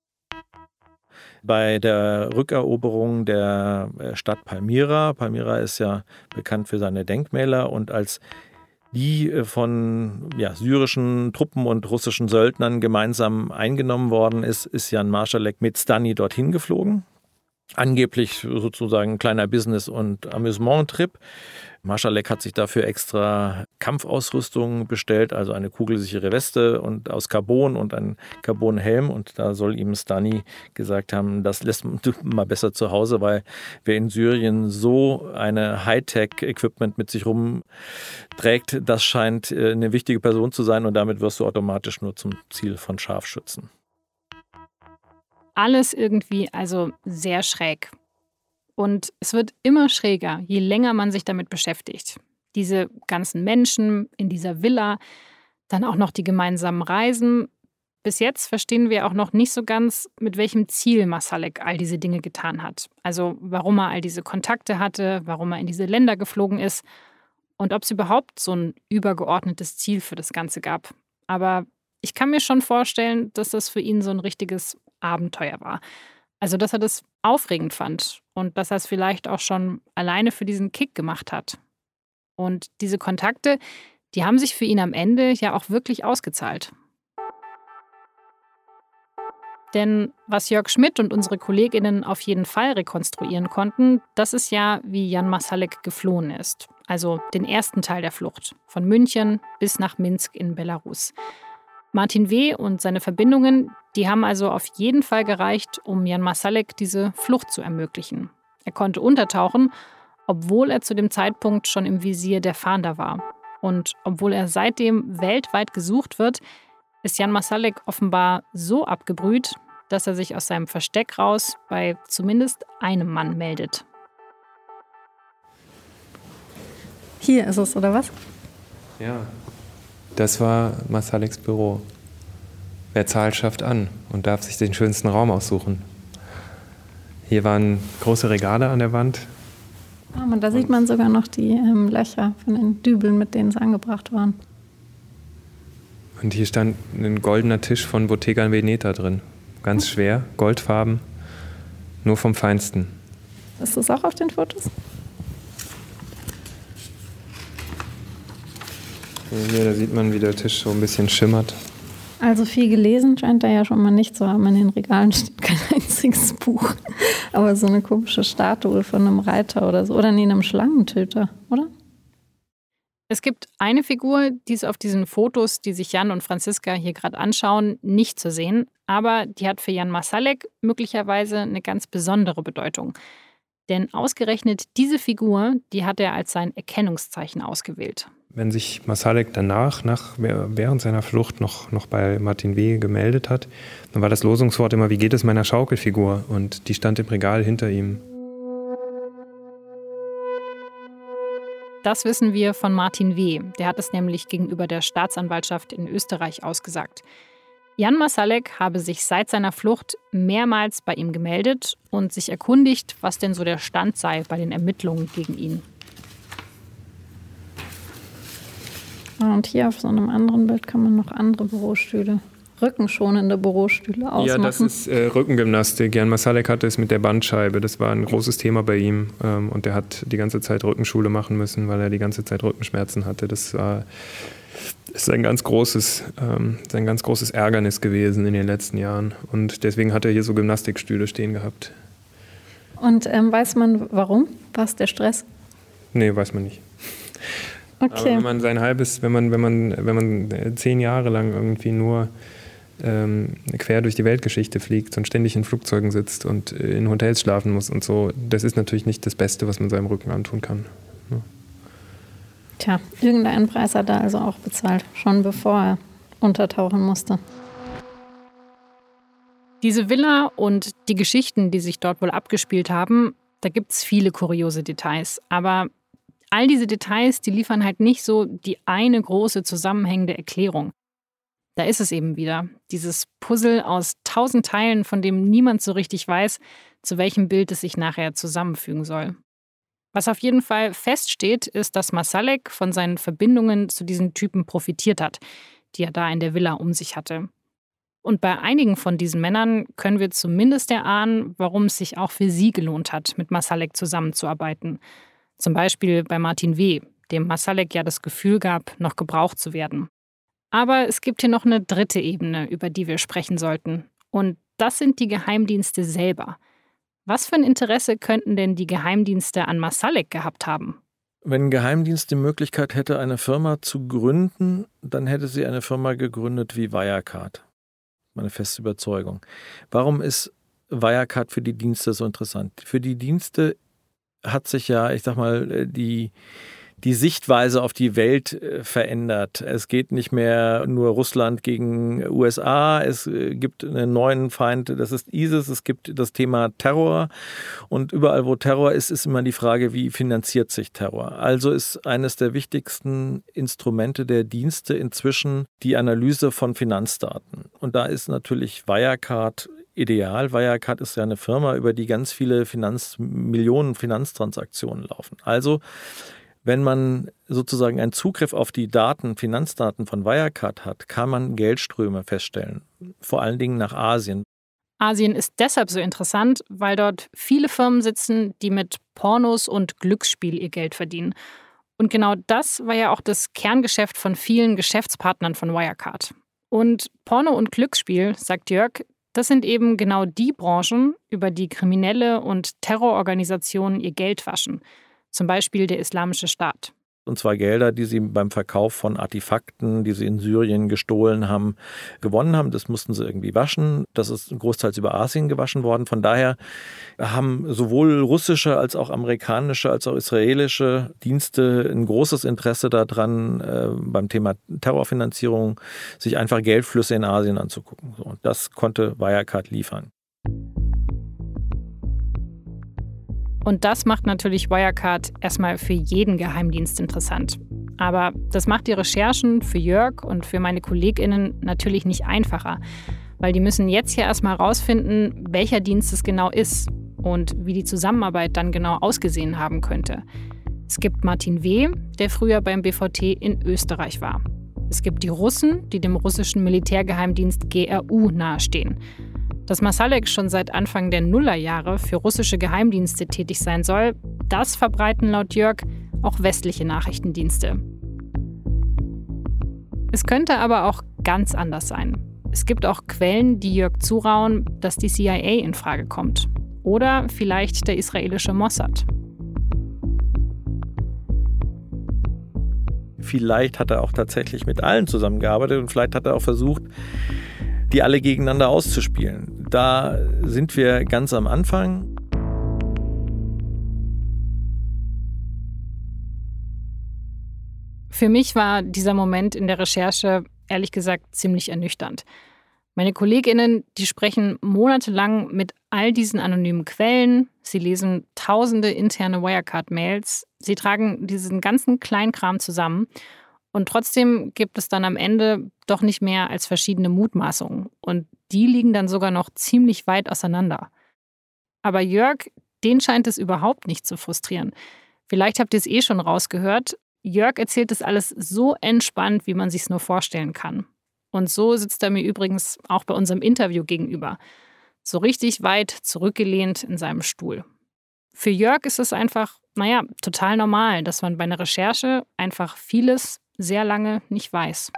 Bei der Rückeroberung der Stadt Palmyra, Palmyra ist ja bekannt für seine Denkmäler, und als die von syrischen Truppen und russischen Söldnern gemeinsam eingenommen worden ist, ist Jan Marschalek mit Stani dorthin geflogen. Angeblich sozusagen ein kleiner Business- und Amüsement-Trip. Marschalek hat sich dafür extra Kampfausrüstung bestellt, also eine kugelsichere Weste und aus Carbon und einen Carbonhelm. Und da soll ihm Stani gesagt haben, das lässt du mal besser zu Hause, weil wer in Syrien so eine Hightech-Equipment mit sich rumträgt, das scheint eine wichtige Person zu sein, und damit wirst du automatisch nur zum Ziel von Scharfschützen. Alles irgendwie also sehr schräg. Und es wird immer schräger, je länger man sich damit beschäftigt. Diese ganzen Menschen in dieser Villa, dann auch noch die gemeinsamen Reisen. Bis jetzt verstehen wir auch noch nicht so ganz, mit welchem Ziel Masalek all diese Dinge getan hat. Also warum er all diese Kontakte hatte, warum er in diese Länder geflogen ist und ob es überhaupt so ein übergeordnetes Ziel für das Ganze gab. Aber ich kann mir schon vorstellen, dass das für ihn so ein richtiges Abenteuer war. Also, dass er das aufregend fand und dass er es vielleicht auch schon alleine für diesen Kick gemacht hat. Und diese Kontakte, die haben sich für ihn am Ende ja auch wirklich ausgezahlt. Denn was Jörg Schmidt und unsere KollegInnen auf jeden Fall rekonstruieren konnten, das ist ja, wie Jan Masalek geflohen ist. Also den ersten Teil der Flucht, von München bis nach Minsk in Belarus. Martin W. und seine Verbindungen, die haben also auf jeden Fall gereicht, um Jan Masalek diese Flucht zu ermöglichen. Er konnte untertauchen, obwohl er zu dem Zeitpunkt schon im Visier der Fahnder war. Und obwohl er seitdem weltweit gesucht wird, ist Jan Masalek offenbar so abgebrüht, dass er sich aus seinem Versteck raus bei zumindest einem Mann meldet. Hier ist es, oder was? Ja. Das war Masaleks Büro. Wer zahlt, schafft an und darf sich den schönsten Raum aussuchen. Hier waren große Regale an der Wand. Und da sieht man sogar noch die Löcher von den Dübeln, mit denen sie angebracht waren. Und hier stand ein goldener Tisch von Bottega Veneta drin. Ganz schwer, goldfarben, nur vom Feinsten. Ist das auch auf den Fotos? Hier, da sieht man, wie der Tisch so ein bisschen schimmert. Also viel gelesen scheint er ja schon mal nicht zu haben. In den Regalen steht kein einziges Buch. Aber so eine komische Statue von einem Reiter oder so. Oder nee, einem Schlangentöter, oder? Es gibt eine Figur, die ist auf diesen Fotos, die sich Jan und Franziska hier gerade anschauen, nicht zu sehen. Aber die hat für Jan Masalek möglicherweise eine ganz besondere Bedeutung. Denn ausgerechnet diese Figur, die hat er als sein Erkennungszeichen ausgewählt. Wenn sich Masalek danach, während seiner Flucht noch bei Martin W. gemeldet hat, dann war das Losungswort immer, wie geht es meiner Schaukelfigur? Und die stand im Regal hinter ihm. Das wissen wir von Martin W. Der hat es nämlich gegenüber der Staatsanwaltschaft in Österreich ausgesagt. Jan Masalek habe sich seit seiner Flucht mehrmals bei ihm gemeldet und sich erkundigt, was denn so der Stand sei bei den Ermittlungen gegen ihn. Und hier auf so einem anderen Bild kann man noch andere Bürostühle rückenschonende Bürostühle ausmachen? Ja, das ist Rückengymnastik. Jan Masalek hatte es mit der Bandscheibe. Das war ein großes Thema bei ihm. Und er hat die ganze Zeit Rückenschule machen müssen, weil er die ganze Zeit Rückenschmerzen hatte. Das ist ein ganz großes Ärgernis gewesen in den letzten Jahren. Und deswegen hat er hier so Gymnastikstühle stehen gehabt. Und weiß man, warum? Was der Stress? Nee, weiß man nicht. Okay. Aber wenn man wenn man 10 Jahre lang irgendwie nur quer durch die Weltgeschichte fliegt und ständig in Flugzeugen sitzt und in Hotels schlafen muss und so, das ist natürlich nicht das Beste, was man seinem Rücken antun kann. Ja. Tja, irgendeinen Preis hat er also auch bezahlt, schon bevor er untertauchen musste. Diese Villa und die Geschichten, die sich dort wohl abgespielt haben, da gibt es viele kuriose Details. Aber all diese Details, die liefern halt nicht so die eine große zusammenhängende Erklärung. Da ist es eben wieder, dieses Puzzle aus 1000 Teilen, von dem niemand so richtig weiß, zu welchem Bild es sich nachher zusammenfügen soll. Was auf jeden Fall feststeht, ist, dass Masalek von seinen Verbindungen zu diesen Typen profitiert hat, die er da in der Villa um sich hatte. Und bei einigen von diesen Männern können wir zumindest erahnen, warum es sich auch für sie gelohnt hat, mit Masalek zusammenzuarbeiten. Zum Beispiel bei Martin W., dem Masalek ja das Gefühl gab, noch gebraucht zu werden. Aber es gibt hier noch eine dritte Ebene, über die wir sprechen sollten. Und das sind die Geheimdienste selber. Was für ein Interesse könnten denn die Geheimdienste an Masalek gehabt haben? Wenn ein Geheimdienst die Möglichkeit hätte, eine Firma zu gründen, dann hätte sie eine Firma gegründet wie Wirecard. Meine feste Überzeugung. Warum ist Wirecard für die Dienste so interessant? Für die Dienste hat sich ja, ich sag mal, die Sichtweise auf die Welt verändert. Es geht nicht mehr nur Russland gegen USA, es gibt einen neuen Feind, das ist ISIS, es gibt das Thema Terror und überall, wo Terror ist, ist immer die Frage, wie finanziert sich Terror? Also ist eines der wichtigsten Instrumente der Dienste inzwischen die Analyse von Finanzdaten. Und da ist natürlich Wirecard ideal. Wirecard ist ja eine Firma, über die ganz viele Millionen Finanztransaktionen laufen. Also wenn man sozusagen einen Zugriff auf die Finanzdaten von Wirecard hat, kann man Geldströme feststellen, vor allen Dingen nach Asien. Asien ist deshalb so interessant, weil dort viele Firmen sitzen, die mit Pornos und Glücksspiel ihr Geld verdienen. Und genau das war ja auch das Kerngeschäft von vielen Geschäftspartnern von Wirecard. Und Porno und Glücksspiel, sagt Jörg, das sind eben genau die Branchen, über die Kriminelle und Terrororganisationen ihr Geld waschen. Zum Beispiel der Islamische Staat. Und zwar Gelder, die sie beim Verkauf von Artefakten, die sie in Syrien gestohlen haben, gewonnen haben. Das mussten sie irgendwie waschen. Das ist großteils über Asien gewaschen worden. Von daher haben sowohl russische als auch amerikanische als auch israelische Dienste ein großes Interesse daran, beim Thema Terrorfinanzierung sich einfach Geldflüsse in Asien anzugucken. Und das konnte Wirecard liefern. Und das macht natürlich Wirecard erstmal für jeden Geheimdienst interessant. Aber das macht die Recherchen für Jörg und für meine KollegInnen natürlich nicht einfacher. Weil die müssen jetzt ja erstmal rausfinden, welcher Dienst es genau ist und wie die Zusammenarbeit dann genau ausgesehen haben könnte. Es gibt Martin W., der früher beim BVT in Österreich war. Es gibt die Russen, die dem russischen Militärgeheimdienst GRU nahestehen. Dass Masalek schon seit Anfang der Nullerjahre für russische Geheimdienste tätig sein soll, das verbreiten laut Jörg auch westliche Nachrichtendienste. Es könnte aber auch ganz anders sein. Es gibt auch Quellen, die Jörg zurauen, dass die CIA in Frage kommt. Oder vielleicht der israelische Mossad. Vielleicht hat er auch tatsächlich mit allen zusammengearbeitet und vielleicht hat er auch versucht, die alle gegeneinander auszuspielen. Da sind wir ganz am Anfang. Für mich war dieser Moment in der Recherche, ehrlich gesagt, ziemlich ernüchternd. Meine KollegInnen, die sprechen monatelang mit all diesen anonymen Quellen. Sie lesen tausende interne Wirecard-Mails. Sie tragen diesen ganzen Kleinkram zusammen. Und trotzdem gibt es dann am Ende doch nicht mehr als verschiedene Mutmaßungen. Und die liegen dann sogar noch ziemlich weit auseinander. Aber Jörg, den scheint es überhaupt nicht zu frustrieren. Vielleicht habt ihr es schon rausgehört. Jörg erzählt das alles so entspannt, wie man sich es nur vorstellen kann. Und so sitzt er mir übrigens auch bei unserem Interview gegenüber. So richtig weit zurückgelehnt in seinem Stuhl. Für Jörg ist es einfach, total normal, dass man bei einer Recherche einfach vieles sehr lange nicht weiß.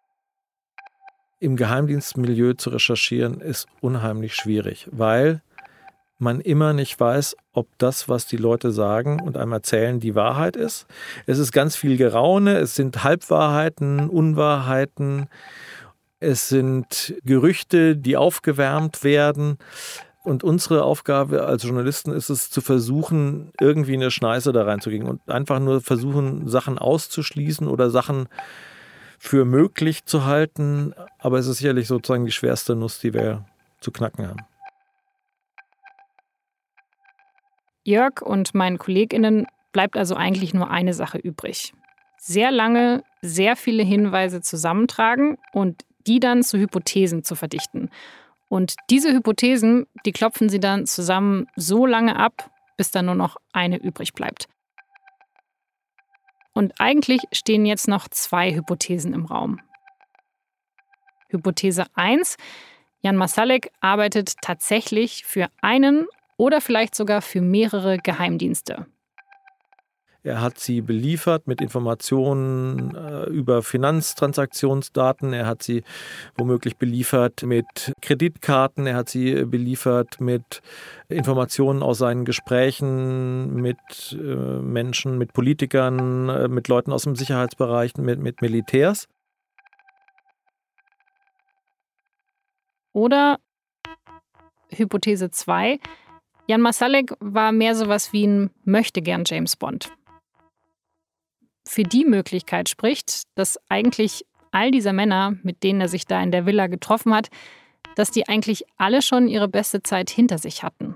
Im Geheimdienstmilieu zu recherchieren ist unheimlich schwierig, weil man immer nicht weiß, ob das, was die Leute sagen und einem erzählen, die Wahrheit ist. Es ist ganz viel Geraune, es sind Halbwahrheiten, Unwahrheiten, es sind Gerüchte, die aufgewärmt werden. Und unsere Aufgabe als Journalisten ist es, zu versuchen, irgendwie eine Schneise da reinzugehen und einfach nur versuchen, Sachen auszuschließen oder Sachen für möglich zu halten. Aber es ist sicherlich sozusagen die schwerste Nuss, die wir zu knacken haben. Jörg und meinen KollegInnen bleibt also eigentlich nur eine Sache übrig. Sehr lange, sehr viele Hinweise zusammentragen und die dann zu Hypothesen zu verdichten. Und diese Hypothesen, die klopfen sie dann zusammen so lange ab, bis dann nur noch eine übrig bleibt. Und eigentlich stehen jetzt noch 2 Hypothesen im Raum. Hypothese 1: Jan Marsalek arbeitet tatsächlich für einen oder vielleicht sogar für mehrere Geheimdienste. Er hat sie beliefert mit Informationen über Finanztransaktionsdaten. Er hat sie womöglich beliefert mit Kreditkarten. Er hat sie beliefert mit Informationen aus seinen Gesprächen mit Menschen, mit Politikern, mit Leuten aus dem Sicherheitsbereich, mit Militärs. Oder Hypothese 2: Jan Marsalek war mehr sowas wie ein Möchtegern James Bond. Für die Möglichkeit spricht, dass eigentlich all diese Männer, mit denen er sich da in der Villa getroffen hat, dass die eigentlich alle schon ihre beste Zeit hinter sich hatten.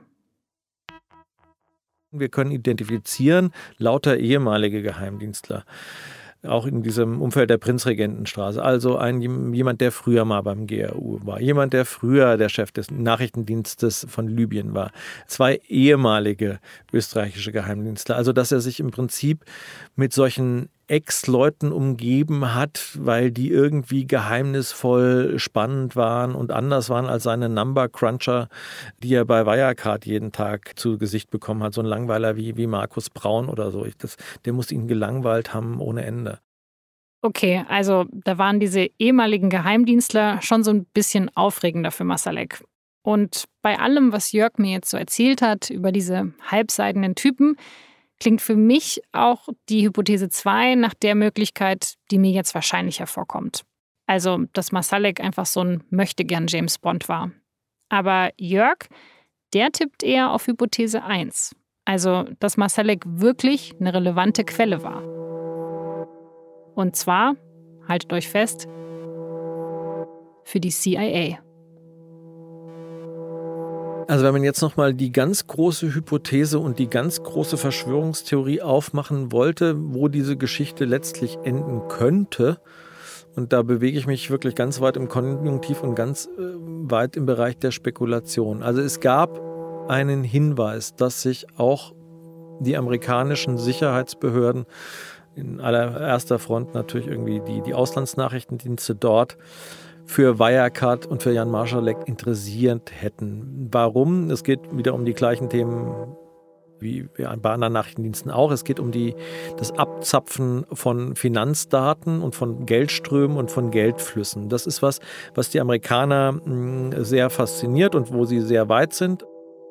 Wir können identifizieren lauter ehemalige Geheimdienstler, auch in diesem Umfeld der Prinzregentenstraße. Also jemand, der früher mal beim GRU war, jemand, der früher der Chef des Nachrichtendienstes von Libyen war, 2 ehemalige österreichische Geheimdienstler. Also dass er sich im Prinzip mit solchen Ex-Leuten umgeben hat, weil die irgendwie geheimnisvoll spannend waren und anders waren als seine Number-Cruncher, die er bei Wirecard jeden Tag zu Gesicht bekommen hat. So ein Langweiler wie Markus Braun oder so. Der muss ihn gelangweilt haben ohne Ende. Okay, also da waren diese ehemaligen Geheimdienstler schon so ein bisschen aufregender für Marsalek. Und bei allem, was Jörg mir jetzt so erzählt hat über diese halbseidenen Typen, klingt für mich auch die Hypothese 2 nach der Möglichkeit, die mir jetzt wahrscheinlich hervorkommt. Also, dass Marsalek einfach so ein Möchtegern James Bond war. Aber Jörg, der tippt eher auf Hypothese 1. Also, dass Marsalek wirklich eine relevante Quelle war. Und zwar, haltet euch fest, für die CIA. Also wenn man jetzt nochmal die ganz große Hypothese und die ganz große Verschwörungstheorie aufmachen wollte, wo diese Geschichte letztlich enden könnte, und da bewege ich mich wirklich ganz weit im Konjunktiv und ganz weit im Bereich der Spekulation. Also es gab einen Hinweis, dass sich auch die amerikanischen Sicherheitsbehörden, in allererster Front natürlich irgendwie die Auslandsnachrichtendienste dort, für Wirecard und für Jan Marsalek interessiert hätten. Warum? Es geht wieder um die gleichen Themen wie bei anderen Nachrichtendiensten auch. Es geht um das Abzapfen von Finanzdaten und von Geldströmen und von Geldflüssen. Das ist was die Amerikaner sehr fasziniert und wo sie sehr weit sind.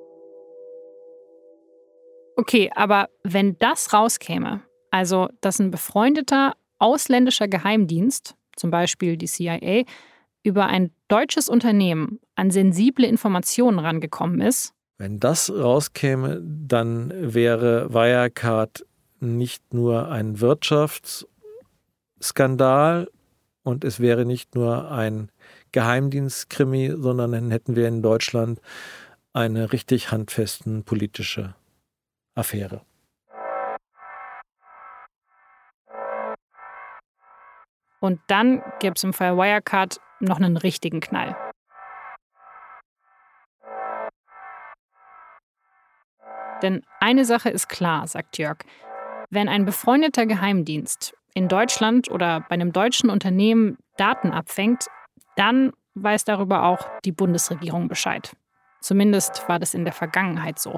Okay, aber wenn das rauskäme, also dass ein befreundeter ausländischer Geheimdienst, zum Beispiel die CIA, über ein deutsches Unternehmen an sensible Informationen rangekommen ist. Wenn das rauskäme, dann wäre Wirecard nicht nur ein Wirtschaftsskandal und es wäre nicht nur ein Geheimdienstkrimi, sondern dann hätten wir in Deutschland eine richtig handfesten politische Affäre. Und dann gäbe es im Fall Wirecard noch einen richtigen Knall. Denn eine Sache ist klar, sagt Jörg. Wenn ein befreundeter Geheimdienst in Deutschland oder bei einem deutschen Unternehmen Daten abfängt, dann weiß darüber auch die Bundesregierung Bescheid. Zumindest war das in der Vergangenheit so.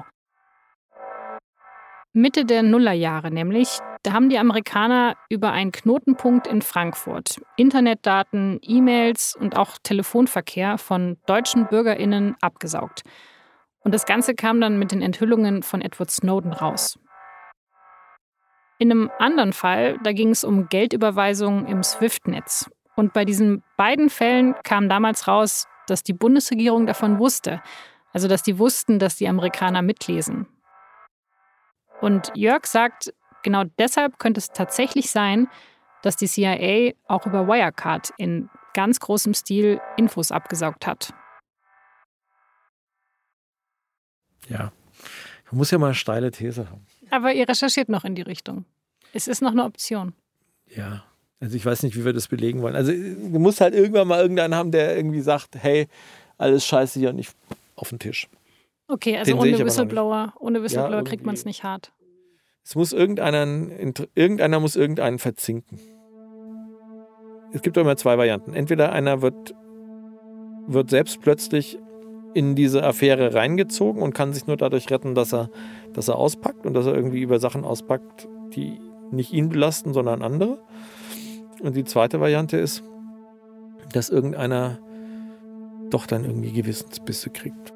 Mitte der Nullerjahre nämlich, da haben die Amerikaner über einen Knotenpunkt in Frankfurt Internetdaten, E-Mails und auch Telefonverkehr von deutschen BürgerInnen abgesaugt. Und das Ganze kam dann mit den Enthüllungen von Edward Snowden raus. In einem anderen Fall, da ging es um Geldüberweisungen im SWIFT-Netz. Und bei diesen beiden Fällen kam damals raus, dass die Bundesregierung davon wusste. Also dass die wussten, dass die Amerikaner mitlesen. Und Jörg sagt, genau deshalb könnte es tatsächlich sein, dass die CIA auch über Wirecard in ganz großem Stil Infos abgesaugt hat. Ja, man muss ja mal eine steile These haben. Aber ihr recherchiert noch in die Richtung. Es ist noch eine Option. Ja, also ich weiß nicht, wie wir das belegen wollen. Also du musst halt irgendwann mal irgendeinen haben, der irgendwie sagt, hey, alles scheiße hier und nicht auf den Tisch. Okay, also ohne Whistleblower kriegt man es nicht hart. Es muss irgendeiner muss irgendeinen verzinken. Es gibt doch immer zwei Varianten. Entweder einer wird selbst plötzlich in diese Affäre reingezogen und kann sich nur dadurch retten, dass er auspackt und dass er irgendwie über Sachen auspackt, die nicht ihn belasten, sondern andere. Und die zweite Variante ist, dass irgendeiner doch dann irgendwie Gewissensbisse kriegt.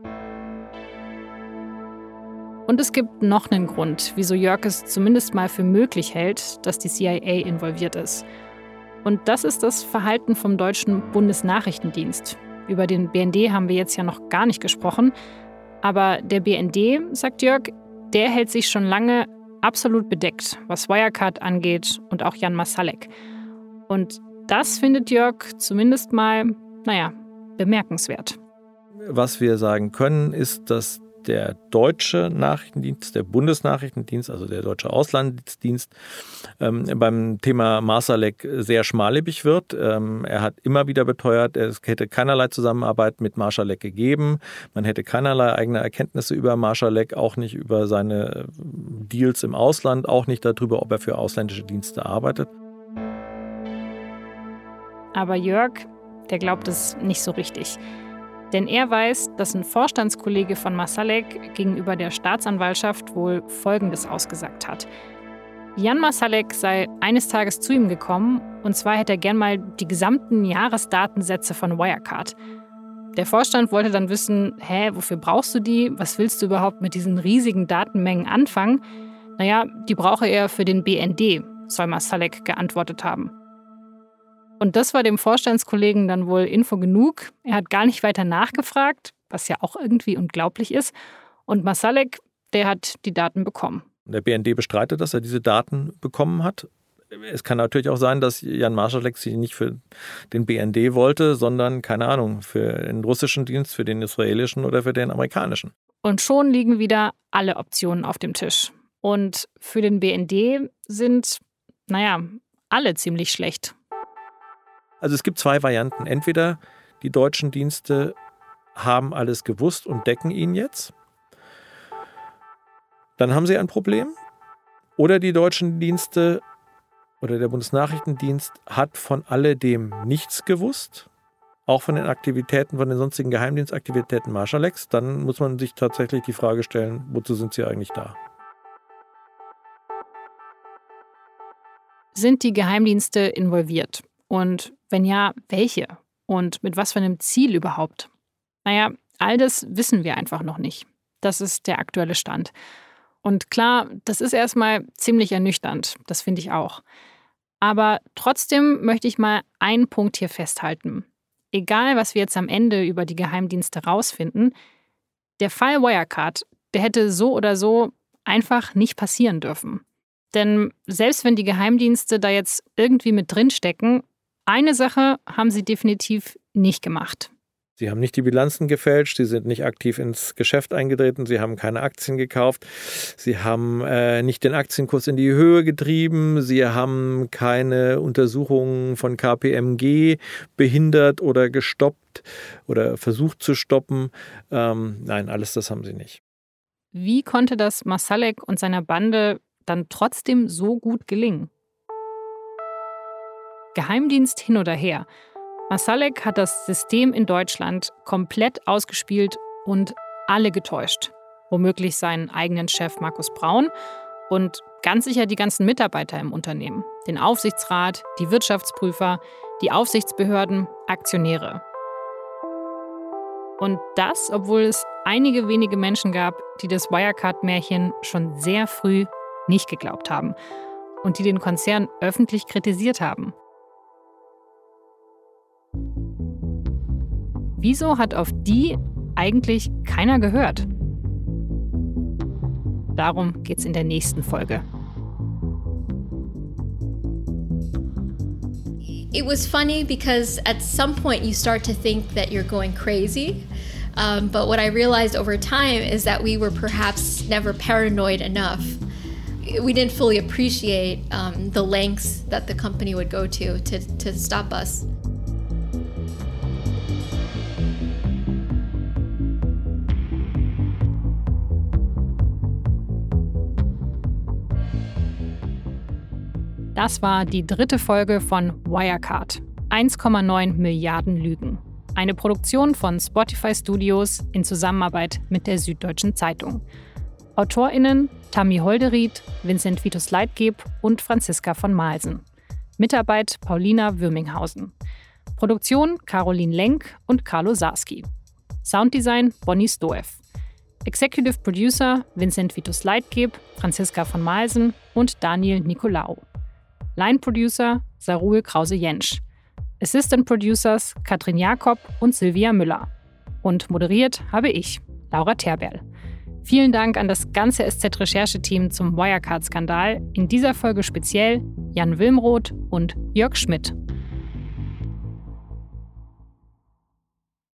Und es gibt noch einen Grund, wieso Jörg es zumindest mal für möglich hält, dass die CIA involviert ist. Und das ist das Verhalten vom deutschen Bundesnachrichtendienst. Über den BND haben wir jetzt ja noch gar nicht gesprochen. Aber der BND, sagt Jörg, der hält sich schon lange absolut bedeckt, was Wirecard angeht und auch Jan Marsalek. Und das findet Jörg zumindest mal, bemerkenswert. Was wir sagen können, ist, dass der deutsche Nachrichtendienst, der Bundesnachrichtendienst, also der deutsche Auslandsdienst, beim Thema Marsalek sehr schmallippig wird. Er hat immer wieder beteuert, es hätte keinerlei Zusammenarbeit mit Marsalek gegeben. Man hätte keinerlei eigene Erkenntnisse über Marsalek, auch nicht über seine Deals im Ausland, auch nicht darüber, ob er für ausländische Dienste arbeitet. Aber Jörg, der glaubt es nicht so richtig. Denn er weiß, dass ein Vorstandskollege von Marsalek gegenüber der Staatsanwaltschaft wohl Folgendes ausgesagt hat. Jan Marsalek sei eines Tages zu ihm gekommen, und zwar hätte er gern mal die gesamten Jahresdatensätze von Wirecard. Der Vorstand wollte dann wissen, wofür brauchst du die? Was willst du überhaupt mit diesen riesigen Datenmengen anfangen? Naja, die brauche er für den BND, soll Marsalek geantwortet haben. Und das war dem Vorstandskollegen dann wohl Info genug. Er hat gar nicht weiter nachgefragt, was ja auch irgendwie unglaublich ist. Und Marsalek, der hat die Daten bekommen. Der BND bestreitet, dass er diese Daten bekommen hat. Es kann natürlich auch sein, dass Jan Marsalek sie nicht für den BND wollte, sondern, keine Ahnung, für den russischen Dienst, für den israelischen oder für den amerikanischen. Und schon liegen wieder alle Optionen auf dem Tisch. Und für den BND sind, alle ziemlich schlecht. Also es gibt zwei Varianten. Entweder die deutschen Dienste haben alles gewusst und decken ihn jetzt. Dann haben sie ein Problem. Oder die deutschen Dienste oder der Bundesnachrichtendienst hat von alledem nichts gewusst. Auch von den Aktivitäten, von den sonstigen Geheimdienstaktivitäten Marsaleks. Dann muss man sich tatsächlich die Frage stellen, wozu sind sie eigentlich da? Sind die Geheimdienste involviert? Und wenn ja, welche? Und mit was für einem Ziel überhaupt? All das wissen wir einfach noch nicht. Das ist der aktuelle Stand. Und klar, das ist erstmal ziemlich ernüchternd. Das finde ich auch. Aber trotzdem möchte ich mal einen Punkt hier festhalten. Egal, was wir jetzt am Ende über die Geheimdienste rausfinden, der Fall Wirecard, der hätte so oder so einfach nicht passieren dürfen. Denn selbst wenn die Geheimdienste da jetzt irgendwie mit drinstecken, eine Sache haben sie definitiv nicht gemacht. Sie haben nicht die Bilanzen gefälscht, sie sind nicht aktiv ins Geschäft eingetreten, sie haben keine Aktien gekauft, sie haben nicht den Aktienkurs in die Höhe getrieben, sie haben keine Untersuchungen von KPMG behindert oder gestoppt oder versucht zu stoppen. Nein, alles das haben sie nicht. Wie konnte das Marsalek und seiner Bande dann trotzdem so gut gelingen? Geheimdienst hin oder her. Marsalek hat das System in Deutschland komplett ausgespielt und alle getäuscht. Womöglich seinen eigenen Chef Markus Braun und ganz sicher die ganzen Mitarbeiter im Unternehmen. Den Aufsichtsrat, die Wirtschaftsprüfer, die Aufsichtsbehörden, Aktionäre. Und das, obwohl es einige wenige Menschen gab, die das Wirecard-Märchen schon sehr früh nicht geglaubt haben und die den Konzern öffentlich kritisiert haben. Wieso hat auf die eigentlich keiner gehört? Darum geht's in der nächsten Folge. It was funny because at some point you start to think that you're going crazy. But what I realized over time is that we were perhaps never paranoid enough. We didn't fully appreciate the lengths that the company would go to stop us. Das war die 3. Folge von Wirecard. 1,9 Milliarden Lügen. Eine Produktion von Spotify Studios in Zusammenarbeit mit der Süddeutschen Zeitung. AutorInnen Tammy Holderied, Vincent Vitus Leitgeb und Franziska von Malsen. Mitarbeit Paulina Würminghausen. Produktion Caroline Lenk und Carlo Sarski. Sounddesign Bonnie Stoev. Executive Producer Vincent Vitus Leitgeb, Franziska von Malsen und Daniel Nicolaou. Line Producer Sarul Krause-Jensch. Assistant Producers Katrin Jakob und Silvia Müller. Und moderiert habe ich, Laura Terberl. Vielen Dank an das ganze SZ-Rechercheteam zum Wirecard-Skandal. In dieser Folge speziell Jan Wilmroth und Jörg Schmidt.